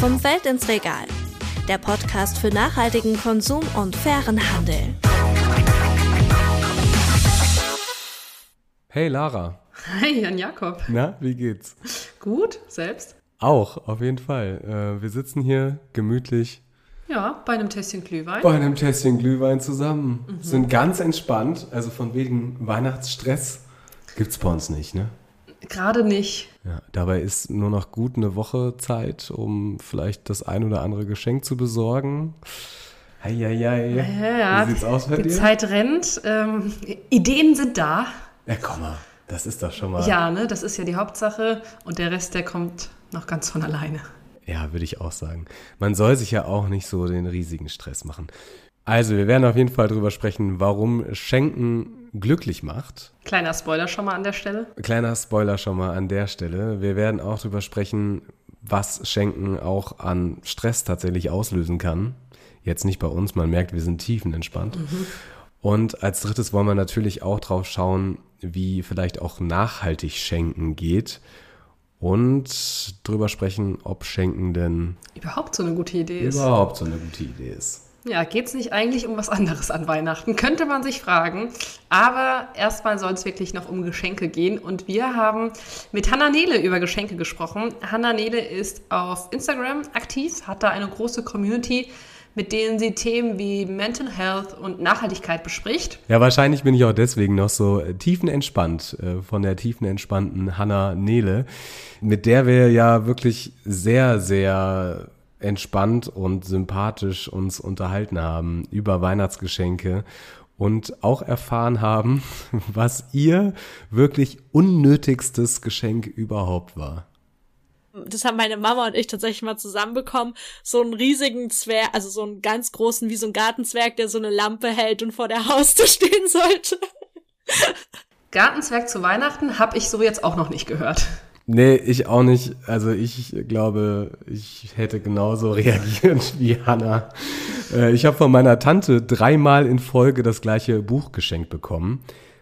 Vom Feld ins Regal. Der Podcast für nachhaltigen Konsum und fairen Handel. Hey Lara. Hi Jan Jakob. Na, wie geht's? Gut, selbst? Auch, auf jeden Fall. Wir sitzen hier gemütlich. Ja, bei einem Tässchen Glühwein. Bei einem Tässchen Glühwein zusammen. Sind ganz entspannt, also von wegen Weihnachtsstress gibt's bei uns nicht, ne? Gerade nicht. Ja, dabei ist nur noch gut eine Woche Zeit, um vielleicht das ein oder andere Geschenk zu besorgen. Heieiei. Ja, Wie sieht's aus bei die dir? Zeit rennt. Ideen sind da. Ja, komm mal, das ist doch schon mal... Ja, ne, das ist ja die Hauptsache. Und der Rest, der kommt noch ganz von alleine. Ja, würde ich auch sagen. Man soll sich ja auch nicht so den riesigen Stress machen. Also, wir werden auf jeden Fall drüber sprechen, warum Schenken glücklich macht. Kleiner Spoiler schon mal an der Stelle. Kleiner Spoiler schon mal an der Stelle. Wir werden auch drüber sprechen, was Schenken auch an Stress tatsächlich auslösen kann. Jetzt nicht bei uns, man merkt, wir sind tiefenentspannt. Und als drittes wollen wir natürlich auch drauf schauen, wie vielleicht auch nachhaltig Schenken geht. Und drüber sprechen, ob Schenken denn Überhaupt so eine gute Idee ist. überhaupt so eine gute Idee ist. Ja, geht's nicht eigentlich um was anderes an Weihnachten? Könnte man sich fragen. Aber erstmal soll es wirklich noch um Geschenke gehen. Und wir haben mit Hannah Nehle über Geschenke gesprochen. Hannah Nehle ist auf Instagram aktiv, hat da eine große Community, mit denen sie Themen wie Mental Health und Nachhaltigkeit bespricht. Ja, wahrscheinlich bin ich auch deswegen noch so tiefenentspannt von der tiefenentspannten Hannah Nehle, mit der wir ja wirklich sehr, sehr entspannt und sympathisch uns unterhalten haben über Weihnachtsgeschenke und auch erfahren haben, was ihr wirklich unnötigstes Geschenk überhaupt war. Das haben meine Mama und ich tatsächlich mal zusammenbekommen, so einen riesigen Zwerg, also so einen ganz großen, wie so ein Gartenzwerg, der so eine Lampe hält und vor der Haustür stehen sollte. Gartenzwerg zu Weihnachten habe ich so jetzt auch noch nicht gehört. Nee, ich auch nicht. Also ich glaube, ich hätte genauso reagiert wie Hannah. Ich habe von meiner Tante 3-mal in Folge das gleiche Buch geschenkt bekommen.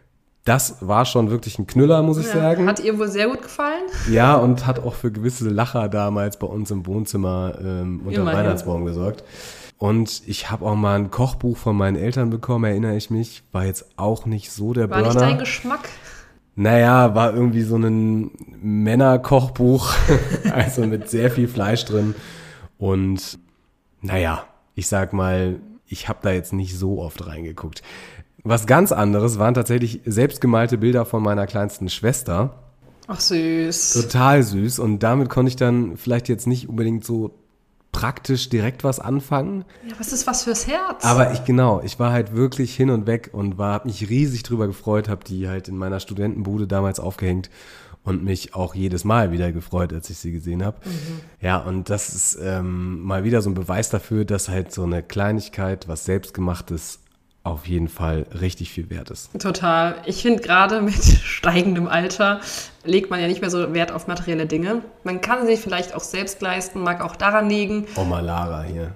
Das war schon wirklich ein Knüller, muss ich sagen. Hat ihr wohl sehr gut gefallen? Ja, und hat auch für gewisse Lacher damals bei uns im Wohnzimmer unter dem Weihnachtsbaum gesorgt. Und ich habe auch mal ein Kochbuch von meinen Eltern bekommen, erinnere ich mich. War jetzt auch nicht so der Burner. War nicht dein Geschmack? Naja, war irgendwie so ein Männerkochbuch, also mit sehr viel Fleisch drin. Und naja, ich sag mal, ich habe da jetzt nicht so oft reingeguckt. Was ganz anderes waren tatsächlich selbstgemalte Bilder von meiner kleinsten Schwester. Ach süß. Total süß. Und damit konnte ich dann vielleicht jetzt nicht unbedingt so praktisch direkt was anfangen. Ja, was ist was fürs Herz? Aber ich war halt wirklich hin und weg und habe mich riesig drüber gefreut, habe die halt in meiner Studentenbude damals aufgehängt und mich auch jedes Mal wieder gefreut, als ich sie gesehen habe. Ja, und das ist mal wieder so ein Beweis dafür, dass halt so eine Kleinigkeit, was Selbstgemachtes, auf jeden Fall richtig viel wert ist. Total. Ich finde, gerade mit steigendem Alter legt man ja nicht mehr so Wert auf materielle Dinge. Man kann sich vielleicht auch selbst leisten, mag auch daran liegen. Oma Lara hier.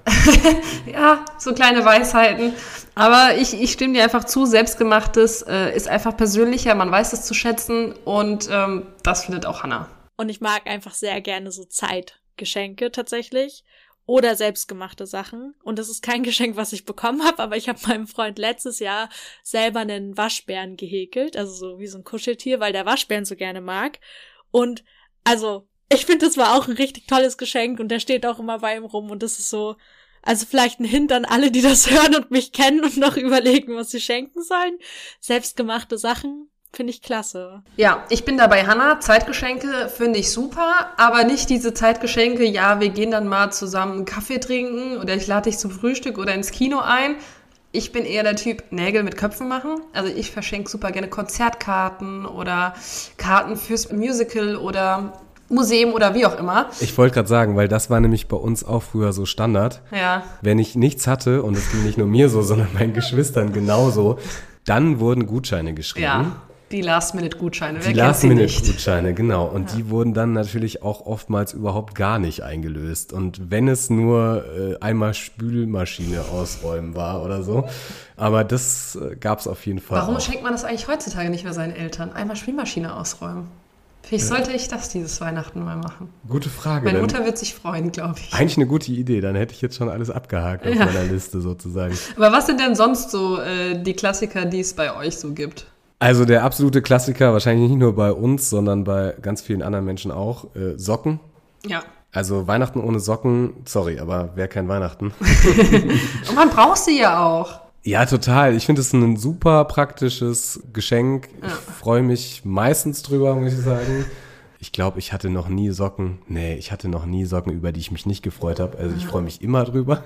Ja, so kleine Weisheiten. Aber ich stimme dir einfach zu, Selbstgemachtes ist einfach persönlicher, man weiß es zu schätzen und das findet auch Hannah. Und ich mag einfach sehr gerne so Zeitgeschenke tatsächlich. Oder selbstgemachte Sachen. Und das ist kein Geschenk, was ich bekommen habe, aber ich habe meinem Freund letztes Jahr selber einen Waschbären gehäkelt, also so wie so ein Kuscheltier, weil der Waschbären so gerne mag. Und also, ich finde, das war auch ein richtig tolles Geschenk und der steht auch immer bei ihm rum und das ist so, also vielleicht ein Hint an alle, die das hören und mich kennen und noch überlegen, was sie schenken sollen. Selbstgemachte Sachen finde ich klasse. Ja, ich bin da bei Hannah. Zeitgeschenke finde ich super, aber nicht diese Zeitgeschenke, ja, wir gehen dann mal zusammen einen Kaffee trinken oder ich lade dich zum Frühstück oder ins Kino ein. Ich bin eher der Typ Nägel mit Köpfen machen. Also ich verschenke super gerne Konzertkarten oder Karten fürs Musical oder Museum oder wie auch immer. Ich wollte gerade sagen, weil das war nämlich bei uns auch früher so Standard. Ja. Wenn ich nichts hatte, und es ging nicht nur mir so, sondern meinen Geschwistern genauso, dann wurden Gutscheine geschrieben. Ja. Die Last-Minute-Gutscheine. Die Last-Minute-Gutscheine, genau. Und die wurden dann natürlich auch oftmals überhaupt gar nicht eingelöst. Und wenn es nur einmal Spülmaschine ausräumen war oder so. Aber das gab es auf jeden Fall Warum auch. schenkt man das eigentlich heutzutage nicht mehr seinen Eltern? Einmal Spülmaschine ausräumen. Vielleicht sollte ich das dieses Weihnachten mal machen. Gute Frage. Meine Mutter wird sich freuen, glaube ich. Eigentlich eine gute Idee, dann hätte ich jetzt schon alles abgehakt auf meiner Liste sozusagen. Aber was sind denn sonst so die Klassiker, die es bei euch so gibt? Also der absolute Klassiker, wahrscheinlich nicht nur bei uns, sondern bei ganz vielen anderen Menschen auch, Socken. Ja. Also Weihnachten ohne Socken, sorry, aber wäre kein Weihnachten. Und man braucht sie ja auch. Ja, total. Ich finde es ein super praktisches Geschenk. Ich freue mich meistens drüber, muss ich sagen. Ich glaube, ich hatte noch nie Socken. Nee, ich hatte noch nie Socken, über die ich mich nicht gefreut habe. Also ich freue mich immer drüber.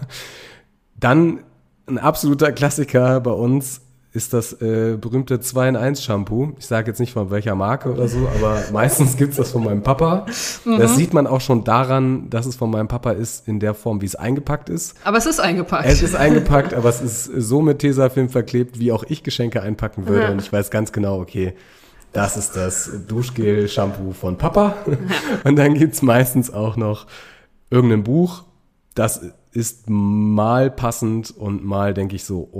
Dann ein absoluter Klassiker bei uns ist das berühmte 2-in-1-Shampoo. Ich sage jetzt nicht von welcher Marke oder so, aber meistens gibt's das von meinem Papa. Das sieht man auch schon daran, dass es von meinem Papa ist, in der Form, wie es eingepackt ist. Aber es ist eingepackt. Es ist eingepackt, aber es ist so mit Tesafilm verklebt, wie auch ich Geschenke einpacken würde. Und ich weiß ganz genau, okay, das ist das Duschgel-Shampoo von Papa. Und dann gibt's meistens auch noch irgendein Buch. Das ist mal passend und mal denke ich so,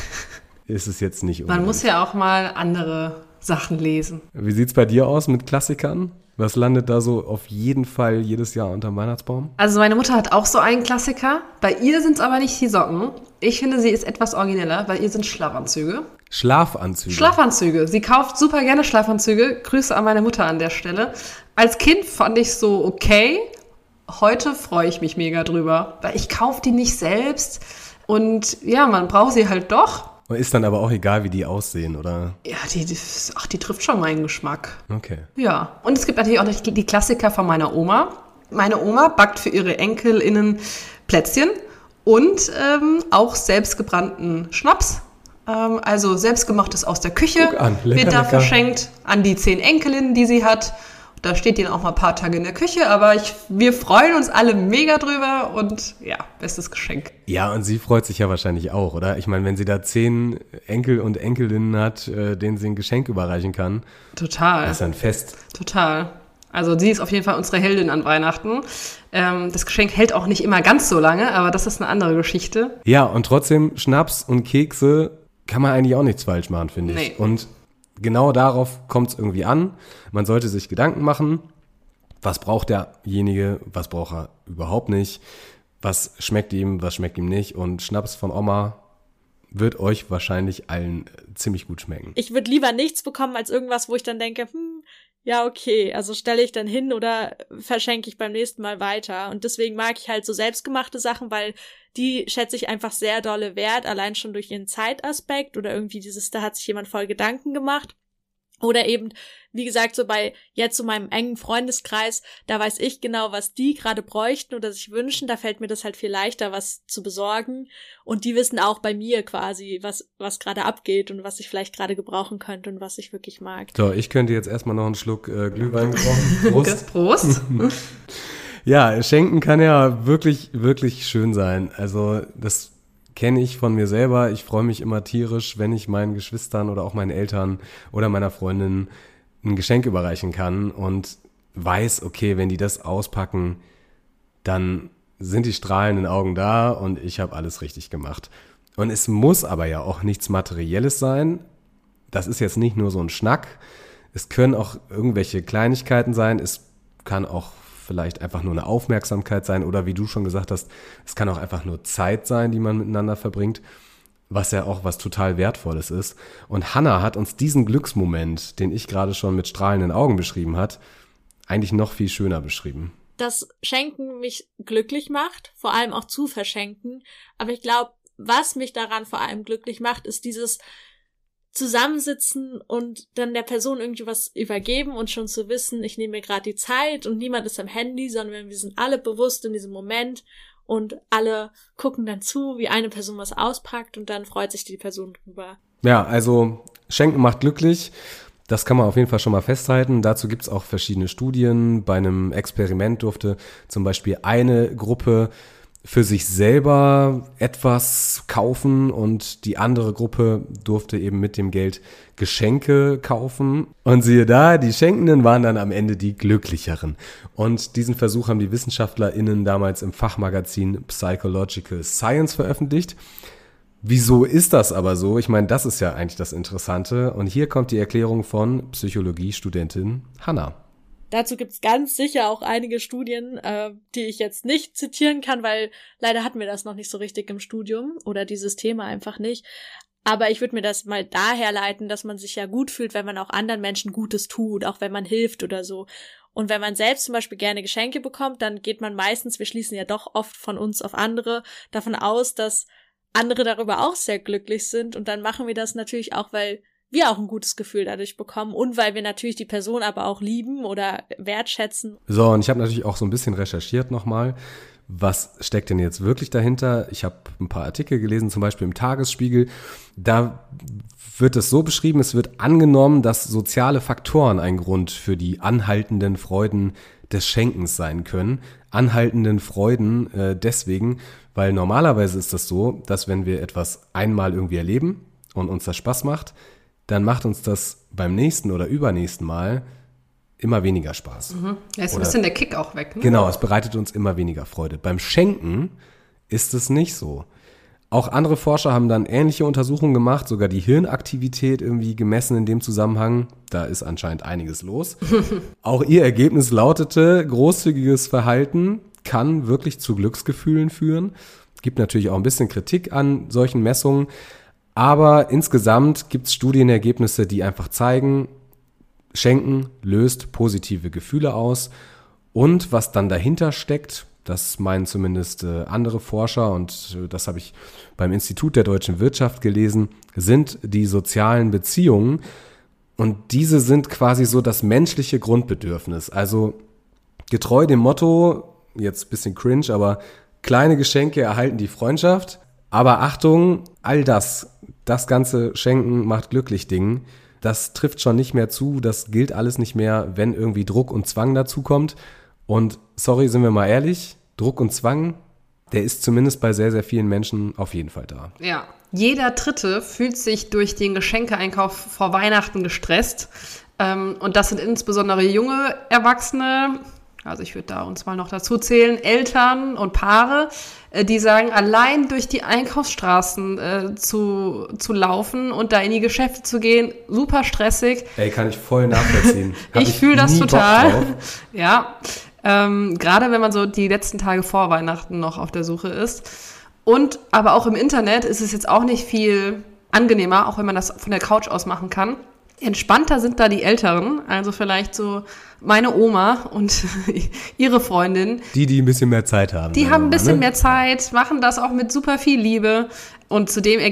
ist es jetzt nicht unbedingt. Man muss ja auch mal andere Sachen lesen. Wie sieht's bei dir aus mit Klassikern? Was landet da so auf jeden Fall jedes Jahr unterm Weihnachtsbaum? Also meine Mutter hat auch so einen Klassiker. Bei ihr sind es aber nicht die Socken. Ich finde, sie ist etwas origineller. Bei ihr sind Schlafanzüge. Schlafanzüge? Schlafanzüge. Sie kauft super gerne Schlafanzüge. Grüße an meine Mutter an der Stelle. Als Kind fand ich so okay. Heute freue ich mich mega drüber. Weil ich kaufe die nicht selbst. Und ja, man braucht sie halt doch. Ist dann aber auch egal, wie die aussehen, oder? Ja, die trifft schon meinen Geschmack. Okay. Ja, und es gibt natürlich auch noch die Klassiker von meiner Oma. Meine Oma backt für ihre EnkelInnen Plätzchen und auch selbstgebrannten Schnaps. Also selbstgemachtes aus der Küche. Guck an, lecker, wird da lecker. verschenkt an die 10 Enkelinnen, die sie hat. Da steht die dann auch mal ein paar Tage in der Küche, aber wir freuen uns alle mega drüber und ja, bestes Geschenk. Ja, und sie freut sich ja wahrscheinlich auch, oder? Ich meine, wenn sie da 10 Enkel und Enkelinnen hat, denen sie ein Geschenk überreichen kann. Total. Das ist ein Fest. Total. Also sie ist auf jeden Fall unsere Heldin an Weihnachten. Das Geschenk hält auch nicht immer ganz so lange, aber das ist eine andere Geschichte. Ja, und trotzdem, Schnaps und Kekse kann man eigentlich auch nichts falsch machen, finde ich. Nee. Und genau darauf kommt es irgendwie an. Man sollte sich Gedanken machen, was braucht derjenige, was braucht er überhaupt nicht, was schmeckt ihm nicht. Und Schnaps von Oma wird euch wahrscheinlich allen ziemlich gut schmecken. Ich würde lieber nichts bekommen als irgendwas, wo ich dann denke, ja, okay, also stelle ich dann hin oder verschenke ich beim nächsten Mal weiter. Und deswegen mag ich halt so selbstgemachte Sachen, weil die schätze ich einfach sehr dolle wert, allein schon durch ihren Zeitaspekt oder irgendwie da hat sich jemand voll Gedanken gemacht. Oder eben, wie gesagt, so meinem engen Freundeskreis, da weiß ich genau, was die gerade bräuchten oder sich wünschen, da fällt mir das halt viel leichter, was zu besorgen. Und die wissen auch bei mir quasi, was gerade abgeht und was ich vielleicht gerade gebrauchen könnte und was ich wirklich mag. So, ich könnte jetzt erstmal noch einen Schluck Glühwein brauchen. Prost. Prost. Ja, schenken kann ja wirklich, wirklich schön sein. Also das kenne ich von mir selber. Ich freue mich immer tierisch, wenn ich meinen Geschwistern oder auch meinen Eltern oder meiner Freundin ein Geschenk überreichen kann und weiß, okay, wenn die das auspacken, dann sind die strahlenden Augen da und ich habe alles richtig gemacht. Und es muss aber ja auch nichts Materielles sein. Das ist jetzt nicht nur so ein Schnack. Es können auch irgendwelche Kleinigkeiten sein. Es kann auch vielleicht einfach nur eine Aufmerksamkeit sein oder wie du schon gesagt hast, es kann auch einfach nur Zeit sein, die man miteinander verbringt, was ja auch was total Wertvolles ist. Und Hannah hat uns diesen Glücksmoment, den ich gerade schon mit strahlenden Augen beschrieben hat, eigentlich noch viel schöner beschrieben. Dass Schenken mich glücklich macht, vor allem auch zu verschenken, aber ich glaube, was mich daran vor allem glücklich macht, ist dieses Zusammensitzen und dann der Person irgendwie was übergeben und schon zu wissen, ich nehme mir gerade die Zeit und niemand ist am Handy, sondern wir sind alle bewusst in diesem Moment und alle gucken dann zu, wie eine Person was auspackt und dann freut sich die Person drüber. Ja, also Schenken macht glücklich. Das kann man auf jeden Fall schon mal festhalten. Dazu gibt's auch verschiedene Studien. Bei einem Experiment durfte zum Beispiel eine Gruppe für sich selber etwas kaufen und die andere Gruppe durfte eben mit dem Geld Geschenke kaufen. Und siehe da, die Schenkenden waren dann am Ende die Glücklicheren. Und diesen Versuch haben die WissenschaftlerInnen damals im Fachmagazin Psychological Science veröffentlicht. Wieso ist das aber so? Ich meine, das ist ja eigentlich das Interessante. Und hier kommt die Erklärung von Psychologiestudentin Hannah. Dazu gibt's ganz sicher auch einige Studien, die ich jetzt nicht zitieren kann, weil leider hatten wir das noch nicht so richtig im Studium oder dieses Thema einfach nicht. Aber ich würde mir das mal daher leiten, dass man sich ja gut fühlt, wenn man auch anderen Menschen Gutes tut, auch wenn man hilft oder so. Und wenn man selbst zum Beispiel gerne Geschenke bekommt, dann geht man meistens, wir schließen ja doch oft von uns auf andere, davon aus, dass andere darüber auch sehr glücklich sind. Und dann machen wir das natürlich auch, weil wir auch ein gutes Gefühl dadurch bekommen und weil wir natürlich die Person aber auch lieben oder wertschätzen. So, und ich habe natürlich auch so ein bisschen recherchiert nochmal. Was steckt denn jetzt wirklich dahinter? Ich habe ein paar Artikel gelesen, zum Beispiel im Tagesspiegel. Da wird es so beschrieben, es wird angenommen, dass soziale Faktoren ein Grund für die anhaltenden Freuden des Schenkens sein können. Anhaltenden Freuden deswegen, weil normalerweise ist das so, dass wenn wir etwas einmal irgendwie erleben und uns das Spaß macht, dann macht uns das beim nächsten oder übernächsten Mal immer weniger Spaß. Ja, ist ein bisschen der Kick auch weg. Ne? Genau, es bereitet uns immer weniger Freude. Beim Schenken ist es nicht so. Auch andere Forscher haben dann ähnliche Untersuchungen gemacht, sogar die Hirnaktivität irgendwie gemessen in dem Zusammenhang. Da ist anscheinend einiges los. Auch ihr Ergebnis lautete, großzügiges Verhalten kann wirklich zu Glücksgefühlen führen. Gibt natürlich auch ein bisschen Kritik an solchen Messungen. Aber insgesamt gibt es Studienergebnisse, die einfach zeigen, Schenken löst positive Gefühle aus. Und was dann dahinter steckt, das meinen zumindest andere Forscher, und das habe ich beim Institut der deutschen Wirtschaft gelesen, sind die sozialen Beziehungen. Und diese sind quasi so das menschliche Grundbedürfnis. Also getreu dem Motto, jetzt ein bisschen cringe, aber kleine Geschenke erhalten die Freundschaft. Aber Achtung, all das ganze Schenken macht glücklich Ding, das trifft schon nicht mehr zu, das gilt alles nicht mehr, wenn irgendwie Druck und Zwang dazu kommt. Und sorry, sind wir mal ehrlich, Druck und Zwang, der ist zumindest bei sehr, sehr vielen Menschen auf jeden Fall da. Ja, jeder Dritte fühlt sich durch den Geschenkeeinkauf vor Weihnachten gestresst. Und das sind insbesondere junge Erwachsene, also ich würde da uns mal noch dazu zählen, Eltern und Paare, die sagen, allein durch die Einkaufsstraßen zu laufen und da in die Geschäfte zu gehen, super stressig. Ey, kann ich voll nachvollziehen. Ich fühle das total. Ja, gerade wenn man so die letzten Tage vor Weihnachten noch auf der Suche ist. Und aber auch im Internet ist es jetzt auch nicht viel angenehmer, auch wenn man das von der Couch aus machen kann. Entspannter sind da die Älteren, also vielleicht so meine Oma und ihre Freundin. Die ein bisschen mehr Zeit haben. Die haben ein bisschen mehr Zeit, machen das auch mit super viel Liebe. Und zu diesem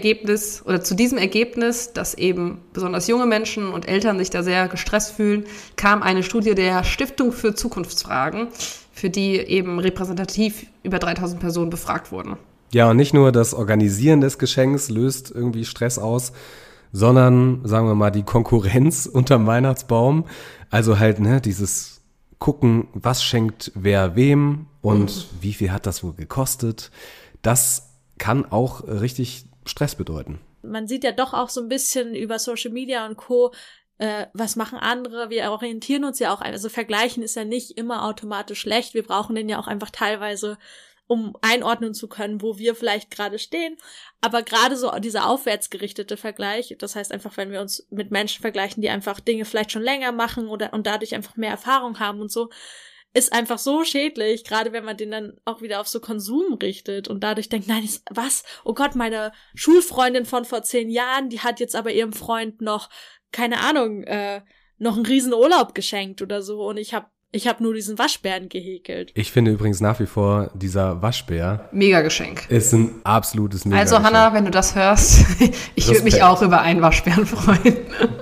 Ergebnis, dass eben besonders junge Menschen und Eltern sich da sehr gestresst fühlen, kam eine Studie der Stiftung für Zukunftsfragen, für die eben repräsentativ über 3000 Personen befragt wurden. Ja, und nicht nur das Organisieren des Geschenks löst irgendwie Stress aus, sondern, sagen wir mal, die Konkurrenz unterm Weihnachtsbaum. Also halt, dieses Gucken, was schenkt wer wem und wie viel hat das wohl gekostet. Das kann auch richtig Stress bedeuten. Man sieht ja doch auch so ein bisschen über Social Media und Co., was machen andere. Wir orientieren uns ja auch, also vergleichen ist ja nicht immer automatisch schlecht. Wir brauchen den ja auch einfach teilweise, um einordnen zu können, wo wir vielleicht gerade stehen. Aber gerade so dieser aufwärtsgerichtete Vergleich, das heißt einfach, wenn wir uns mit Menschen vergleichen, die einfach Dinge vielleicht schon länger machen und dadurch einfach mehr Erfahrung haben und so, ist einfach so schädlich, gerade wenn man den dann auch wieder auf so Konsum richtet und dadurch denkt, nein, was? Oh Gott, meine Schulfreundin von vor 10 Jahren, die hat jetzt aber ihrem Freund noch, keine Ahnung, noch einen riesen Urlaub geschenkt oder so und ich hab nur diesen Waschbären gehäkelt. Ich finde übrigens nach wie vor, dieser Waschbär Mega-Geschenk. Ist ein absolutes Mega-Geschenk. Also Hannah, wenn du das hörst, ich würde mich auch über einen Waschbären freuen.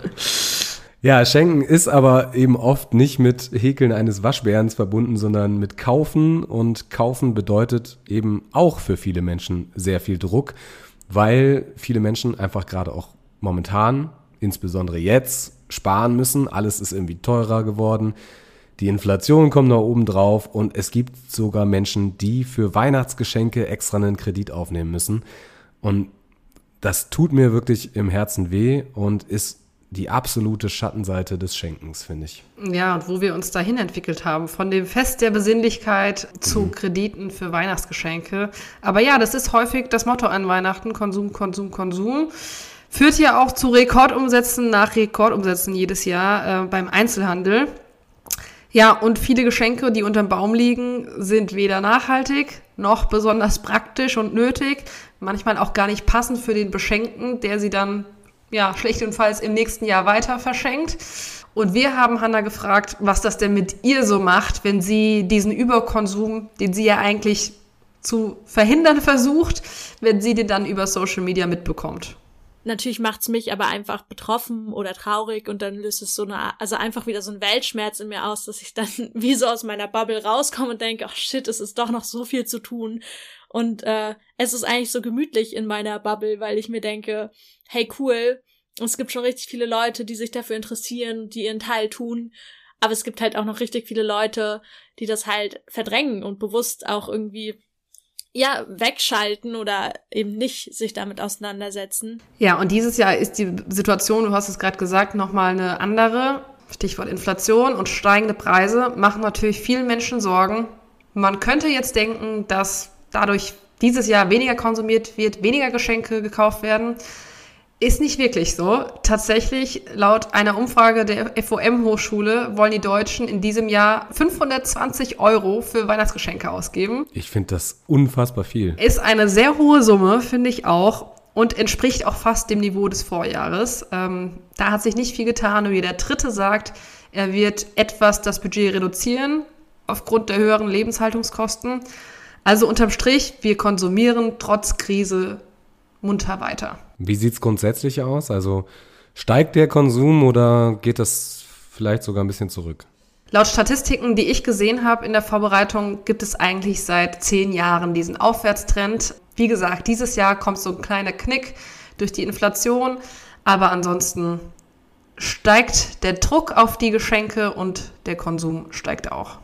Ja, Schenken ist aber eben oft nicht mit Häkeln eines Waschbärens verbunden, sondern mit Kaufen. Und Kaufen bedeutet eben auch für viele Menschen sehr viel Druck, weil viele Menschen einfach gerade auch momentan, insbesondere jetzt, sparen müssen. Alles ist irgendwie teurer geworden. Die Inflation kommt noch oben drauf und es gibt sogar Menschen, die für Weihnachtsgeschenke extra einen Kredit aufnehmen müssen. Und das tut mir wirklich im Herzen weh und ist die absolute Schattenseite des Schenkens, finde ich. Ja, und wo wir uns dahin entwickelt haben, von dem Fest der Besinnlichkeit zu Krediten für Weihnachtsgeschenke. Aber ja, das ist häufig das Motto an Weihnachten, Konsum, Konsum, Konsum. Führt ja auch zu Rekordumsätzen nach Rekordumsätzen jedes Jahr beim Einzelhandel. Ja, und viele Geschenke, die unterm Baum liegen, sind weder nachhaltig noch besonders praktisch und nötig. Manchmal auch gar nicht passend für den Beschenkten, der sie dann schlichtendfalls im nächsten Jahr weiter verschenkt. Und wir haben Hannah gefragt, was das denn mit ihr so macht, wenn sie diesen Überkonsum, den sie ja eigentlich zu verhindern versucht, wenn sie den dann über Social Media mitbekommt. Natürlich macht's mich aber einfach betroffen oder traurig und dann löst es einfach wieder so ein Weltschmerz in mir aus, dass ich dann wie so aus meiner Bubble rauskomme und denke, ach shit, es ist doch noch so viel zu tun. Und es ist eigentlich so gemütlich in meiner Bubble, weil ich mir denke, hey cool, es gibt schon richtig viele Leute, die sich dafür interessieren, die ihren Teil tun, aber es gibt halt auch noch richtig viele Leute, die das halt verdrängen und bewusst auch irgendwie wegschalten oder eben nicht sich damit auseinandersetzen. Ja, und dieses Jahr ist die Situation, du hast es gerade gesagt, nochmal eine andere. Stichwort Inflation und steigende Preise machen natürlich vielen Menschen Sorgen. Man könnte jetzt denken, dass dadurch dieses Jahr weniger konsumiert wird, weniger Geschenke gekauft werden. Ist nicht wirklich so. Tatsächlich, laut einer Umfrage der FOM-Hochschule wollen die Deutschen in diesem Jahr 520 € für Weihnachtsgeschenke ausgeben. Ich finde das unfassbar viel. Ist eine sehr hohe Summe, finde ich auch. Und entspricht auch fast dem Niveau des Vorjahres. Da hat sich nicht viel getan. Und jeder Dritte sagt, er wird etwas das Budget reduzieren aufgrund der höheren Lebenshaltungskosten. Also unterm Strich, wir konsumieren trotz Krise munter weiter. Wie sieht's grundsätzlich aus? Also steigt der Konsum oder geht das vielleicht sogar ein bisschen zurück? Laut Statistiken, die ich gesehen habe in der Vorbereitung, gibt es eigentlich seit 10 Jahren diesen Aufwärtstrend. Wie gesagt, dieses Jahr kommt so ein kleiner Knick durch die Inflation, aber ansonsten steigt der Druck auf die Geschenke und der Konsum steigt auch.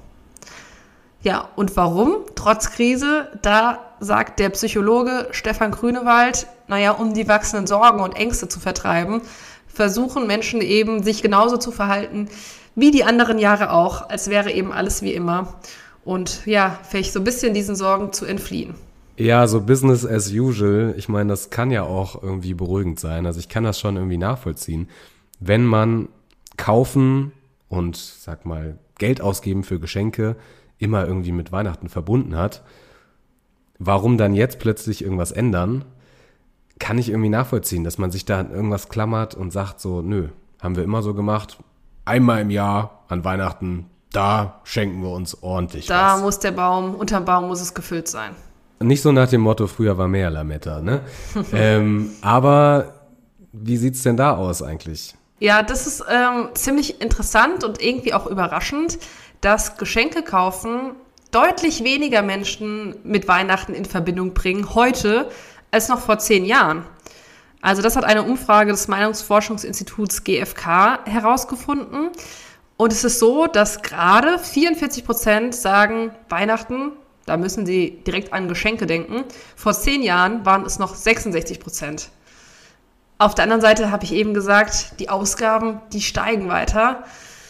Ja, und warum? Trotz Krise, da sagt der Psychologe Stefan Grünewald, um die wachsenden Sorgen und Ängste zu vertreiben, versuchen Menschen eben, sich genauso zu verhalten wie die anderen Jahre auch, als wäre eben alles wie immer. Und vielleicht so ein bisschen diesen Sorgen zu entfliehen. Ja, so Business as usual, ich meine, das kann ja auch irgendwie beruhigend sein. Also ich kann das schon irgendwie nachvollziehen. Wenn man kaufen und, Geld ausgeben für Geschenke immer irgendwie mit Weihnachten verbunden hat, warum dann jetzt plötzlich irgendwas ändern, kann ich irgendwie nachvollziehen, dass man sich da an irgendwas klammert und sagt so, nö, haben wir immer so gemacht, einmal im Jahr an Weihnachten, da schenken wir uns ordentlich da was. Muss unterm Baum muss es gefüllt sein. Nicht so nach dem Motto, früher war mehr Lametta, ne? Aber wie sieht's denn da aus eigentlich? Ja, das ist ziemlich interessant und irgendwie auch überraschend, dass Geschenke kaufen deutlich weniger Menschen mit Weihnachten in Verbindung bringen heute als noch vor 10 Jahren. Also das hat eine Umfrage des Meinungsforschungsinstituts GfK herausgefunden. Und es ist so, dass gerade 44% sagen, Weihnachten, da müssen sie direkt an Geschenke denken. Vor 10 Jahren waren es noch 66%. Auf der anderen Seite habe ich eben gesagt, die Ausgaben, die steigen weiter.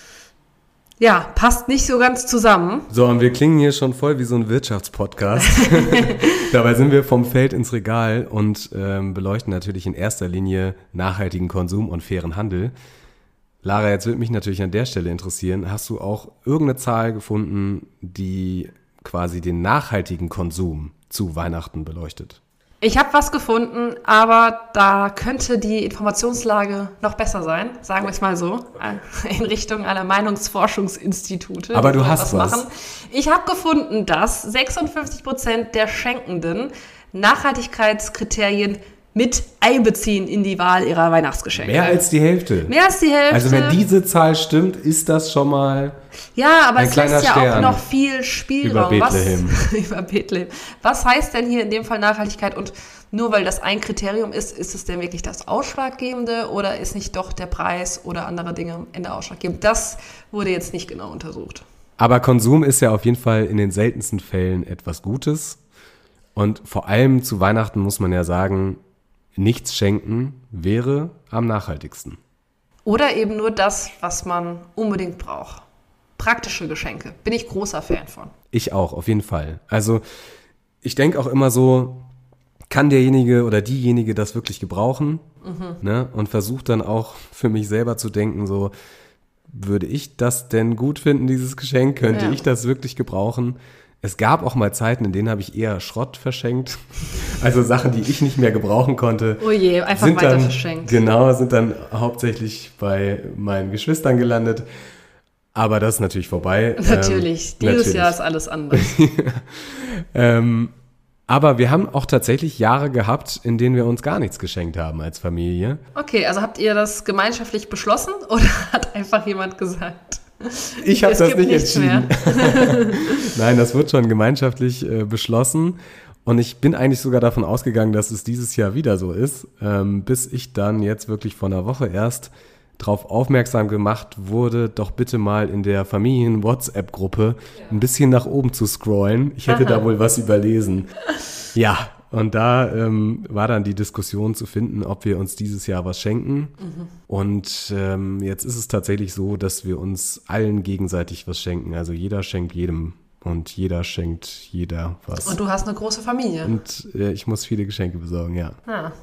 Ja, passt nicht so ganz zusammen. So, und wir klingen hier schon voll wie so ein Wirtschaftspodcast. Dabei sind wir vom Feld ins Regal und beleuchten natürlich in erster Linie nachhaltigen Konsum und fairen Handel. Lara, jetzt würde mich natürlich an der Stelle interessieren, hast du auch irgendeine Zahl gefunden, die quasi den nachhaltigen Konsum zu Weihnachten beleuchtet? Ich habe was gefunden, aber da könnte die Informationslage noch besser sein, sagen wir es mal so, in Richtung einer Meinungsforschungsinstitute. Aber du hast was. Machen. Ich habe gefunden, dass 56% der Schenkenden Nachhaltigkeitskriterien mit einbeziehen in die Wahl ihrer Weihnachtsgeschenke. Mehr als die Hälfte. Mehr als die Hälfte. Also wenn diese Zahl stimmt, ist das schon mal ja, aber ein es lässt ja Stern auch noch viel Spielraum. über Bethlehem. Über Bethlehem. Was heißt denn hier in dem Fall Nachhaltigkeit? Und nur weil das ein Kriterium ist es denn wirklich das Ausschlaggebende oder ist nicht doch der Preis oder andere Dinge am Ende ausschlaggebend? Das wurde jetzt nicht genau untersucht. Aber Konsum ist ja auf jeden Fall in den seltensten Fällen etwas Gutes. Und vor allem zu Weihnachten muss man ja sagen, nichts schenken wäre am nachhaltigsten. Oder eben nur das, was man unbedingt braucht. Praktische Geschenke. Bin ich großer Fan von. Ich auch, auf jeden Fall. Also ich denke auch immer so, kann derjenige oder diejenige das wirklich gebrauchen? Ne? Und versuche dann auch für mich selber zu denken, so, würde ich das denn gut finden, dieses Geschenk? Könnte ich das wirklich gebrauchen? Es gab auch mal Zeiten, in denen habe ich eher Schrott verschenkt. Also Sachen, die ich nicht mehr gebrauchen konnte. Oh je, einfach weiter verschenkt. Genau, sind dann hauptsächlich bei meinen Geschwistern gelandet. Aber das ist natürlich vorbei. Natürlich, dieses Jahr ist alles anders. Aber wir haben auch tatsächlich Jahre gehabt, in denen wir uns gar nichts geschenkt haben als Familie. Okay, also habt ihr das gemeinschaftlich beschlossen oder hat einfach jemand gesagt? Ich habe das nicht entschieden. Nein, das wird schon gemeinschaftlich beschlossen. Und ich bin eigentlich sogar davon ausgegangen, dass es dieses Jahr wieder so ist, bis ich dann jetzt wirklich vor einer Woche erst darauf aufmerksam gemacht wurde, doch bitte mal in der Familien-WhatsApp-Gruppe ein bisschen nach oben zu scrollen. Ich hätte da wohl was überlesen. Ja, und da war dann die Diskussion zu finden, ob wir uns dieses Jahr was schenken. Und jetzt ist es tatsächlich so, dass wir uns allen gegenseitig was schenken. Also jeder schenkt jedem und jeder schenkt jeder was. Und du hast eine große Familie. Und ich muss viele Geschenke besorgen, ja.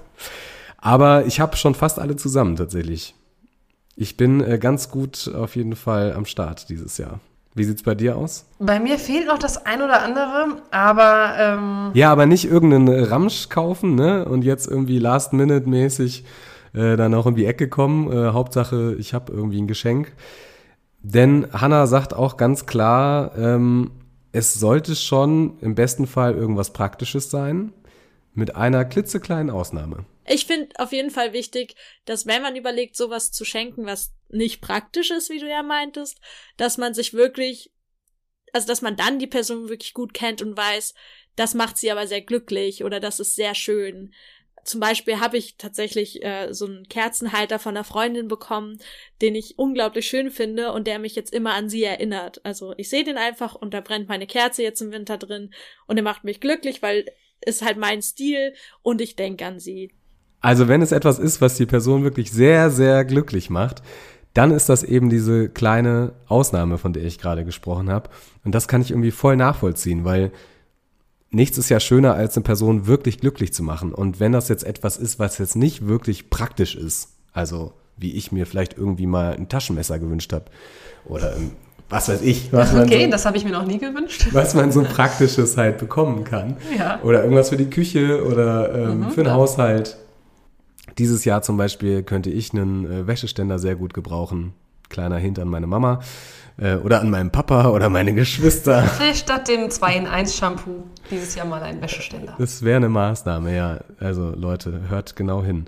Aber ich habe schon fast alle zusammen tatsächlich. Ich bin ganz gut auf jeden Fall am Start dieses Jahr. Wie sieht's bei dir aus? Bei mir fehlt noch das ein oder andere, aber ja, aber nicht irgendeinen Ramsch kaufen, ne? Und jetzt irgendwie Last-Minute-mäßig dann auch in die Ecke kommen. Hauptsache, ich habe irgendwie ein Geschenk. Denn Hannah sagt auch ganz klar, es sollte schon im besten Fall irgendwas Praktisches sein, mit einer klitzekleinen Ausnahme. Ich finde auf jeden Fall wichtig, dass wenn man überlegt, sowas zu schenken, was nicht praktisch ist, wie du ja meintest, dass man sich wirklich, also dass man dann die Person wirklich gut kennt und weiß, das macht sie aber sehr glücklich oder das ist sehr schön. Zum Beispiel habe ich tatsächlich so einen Kerzenhalter von einer Freundin bekommen, den ich unglaublich schön finde und der mich jetzt immer an sie erinnert. Also ich sehe den einfach und da brennt meine Kerze jetzt im Winter drin und der macht mich glücklich, weil ist halt mein Stil und ich denke an sie. Also wenn es etwas ist, was die Person wirklich sehr, sehr glücklich macht, dann ist das eben diese kleine Ausnahme, von der ich gerade gesprochen habe. Und das kann ich irgendwie voll nachvollziehen, weil nichts ist ja schöner, als eine Person wirklich glücklich zu machen. Und wenn das jetzt etwas ist, was jetzt nicht wirklich praktisch ist, also wie ich mir vielleicht irgendwie mal ein Taschenmesser gewünscht habe oder was weiß ich. Was man okay, so, das habe ich mir noch nie gewünscht. Was man so Praktisches halt bekommen kann. Ja. Oder irgendwas für die Küche oder für den Haushalt. Dieses Jahr zum Beispiel könnte ich einen Wäscheständer sehr gut gebrauchen. Kleiner Hint an meine Mama oder an meinen Papa oder meine Geschwister. Vielleicht statt dem 2-in-1-Shampoo dieses Jahr mal ein Wäscheständer. Das wäre eine Maßnahme, ja. Also Leute, hört genau hin.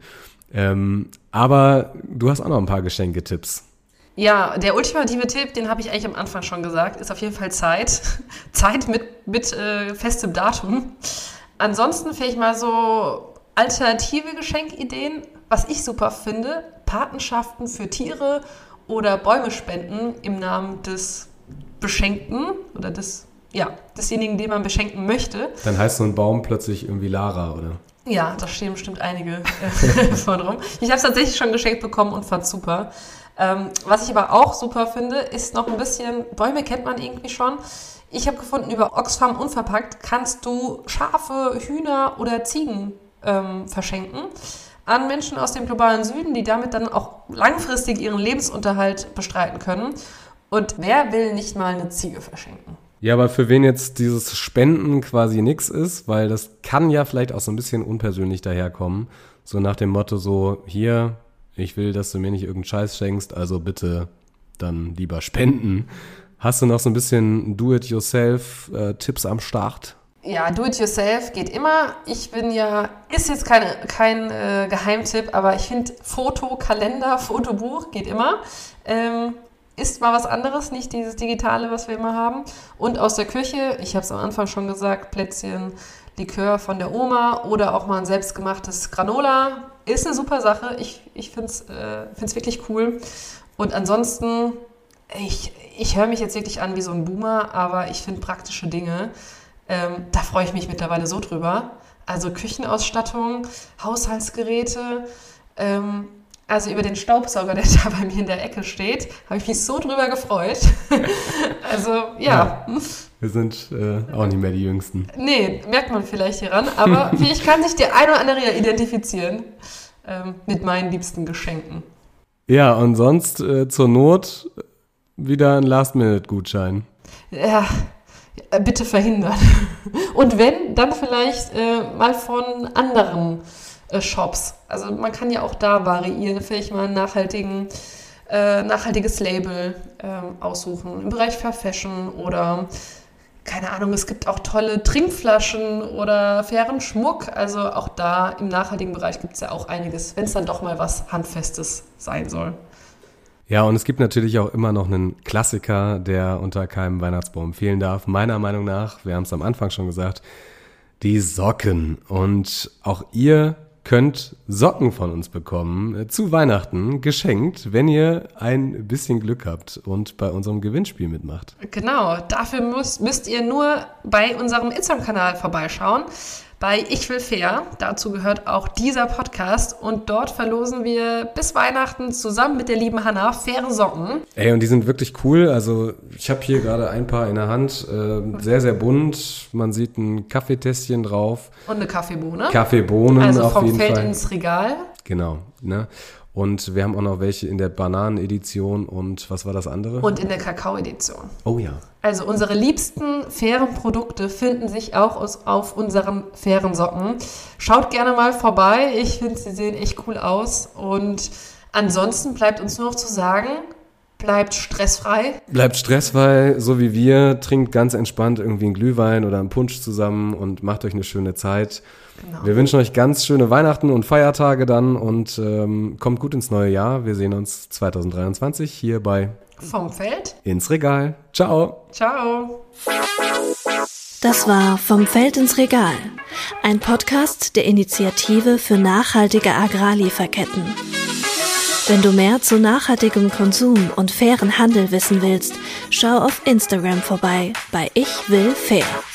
Aber du hast auch noch ein paar Geschenketipps. Ja, der ultimative Tipp, den habe ich eigentlich am Anfang schon gesagt, ist auf jeden Fall Zeit. Zeit mit festem Datum. Ansonsten vielleicht mal so alternative Geschenkideen, was ich super finde, Patenschaften für Tiere oder Bäume spenden im Namen des Beschenkten oder desjenigen, den man beschenken möchte. Dann heißt so ein Baum plötzlich irgendwie Lara, oder? Ja, da stehen bestimmt einige von rum. Ich habe es tatsächlich schon geschenkt bekommen und fand es super. Was ich aber auch super finde, ist noch ein bisschen, Bäume kennt man irgendwie schon. Ich habe gefunden, über Oxfam Unverpackt kannst du Schafe, Hühner oder Ziegen verschenken an Menschen aus dem globalen Süden, die damit dann auch langfristig ihren Lebensunterhalt bestreiten können. Und wer will nicht mal eine Ziege verschenken? Ja, aber für wen jetzt dieses Spenden quasi nix ist, weil das kann ja vielleicht auch so ein bisschen unpersönlich daherkommen. So nach dem Motto so, hier, ich will, dass du mir nicht irgendeinen Scheiß schenkst, also bitte dann lieber spenden. Hast du noch so ein bisschen Do-it-yourself-Tipps am Start? Ja, Do-it-yourself geht immer. Ist jetzt kein Geheimtipp, aber ich finde Fotokalender, Fotobuch geht immer. Ist mal was anderes, nicht dieses Digitale, was wir immer haben. Und aus der Küche, ich habe es am Anfang schon gesagt, Plätzchen, Likör von der Oma oder auch mal ein selbstgemachtes Granola. Ist eine super Sache. Ich finde es wirklich cool. Und ansonsten, ich höre mich jetzt wirklich an wie so ein Boomer, aber ich finde praktische Dinge, da freue ich mich mittlerweile so drüber. Also Küchenausstattung, Haushaltsgeräte, also über den Staubsauger, der da bei mir in der Ecke steht, habe ich mich so drüber gefreut. Also, ja. Wir sind auch nicht mehr die Jüngsten. Nee, merkt man vielleicht hieran, aber vielleicht kann sich der ein oder andere ja identifizieren mit meinen liebsten Geschenken. Ja, und sonst zur Not wieder ein Last-Minute-Gutschein. Ja, bitte verhindern. Und wenn, dann vielleicht mal von anderen Shops. Also man kann ja auch da variieren, vielleicht mal ein nachhaltiges Label aussuchen. Im Bereich Fair Fashion oder, keine Ahnung, es gibt auch tolle Trinkflaschen oder fairen Schmuck. Also auch da im nachhaltigen Bereich gibt es ja auch einiges, wenn es dann doch mal was Handfestes sein soll. Ja, und es gibt natürlich auch immer noch einen Klassiker, der unter keinem Weihnachtsbaum fehlen darf. Meiner Meinung nach, wir haben es am Anfang schon gesagt, die Socken. Und auch ihr könnt Socken von uns bekommen, zu Weihnachten geschenkt, wenn ihr ein bisschen Glück habt und bei unserem Gewinnspiel mitmacht. Genau, dafür müsst ihr nur bei unserem Instagram-Kanal vorbeischauen, bei Ich will fair. Dazu gehört auch dieser Podcast und dort verlosen wir bis Weihnachten zusammen mit der lieben Hanna faire Socken. Ey, und die sind wirklich cool. Also ich habe hier gerade ein paar in der Hand, sehr, sehr bunt. Man sieht ein Kaffeetässchen drauf. Und eine Kaffeebohne. Kaffeebohnen also auf jeden Fall. vom Feld ins Regal. Genau, ne? Und wir haben auch noch welche in der Bananen-Edition und was war das andere? Und in der Kakao-Edition. Oh ja. Also unsere liebsten fairen Produkte finden sich auch auf unseren fairen Socken. Schaut gerne mal vorbei. Ich finde, sie sehen echt cool aus. Und ansonsten bleibt uns nur noch zu sagen, bleibt stressfrei. Bleibt stressfrei, so wie wir. Trinkt ganz entspannt irgendwie einen Glühwein oder einen Punsch zusammen und macht euch eine schöne Zeit. Genau. Wir wünschen euch ganz schöne Weihnachten und Feiertage dann und kommt gut ins neue Jahr. Wir sehen uns 2023 hier bei Vom Feld ins Regal. Ciao. Ciao. Das war Vom Feld ins Regal, ein Podcast der Initiative für nachhaltige Agrarlieferketten. Wenn du mehr zu nachhaltigem Konsum und fairen Handel wissen willst, schau auf Instagram vorbei bei Ich will fair.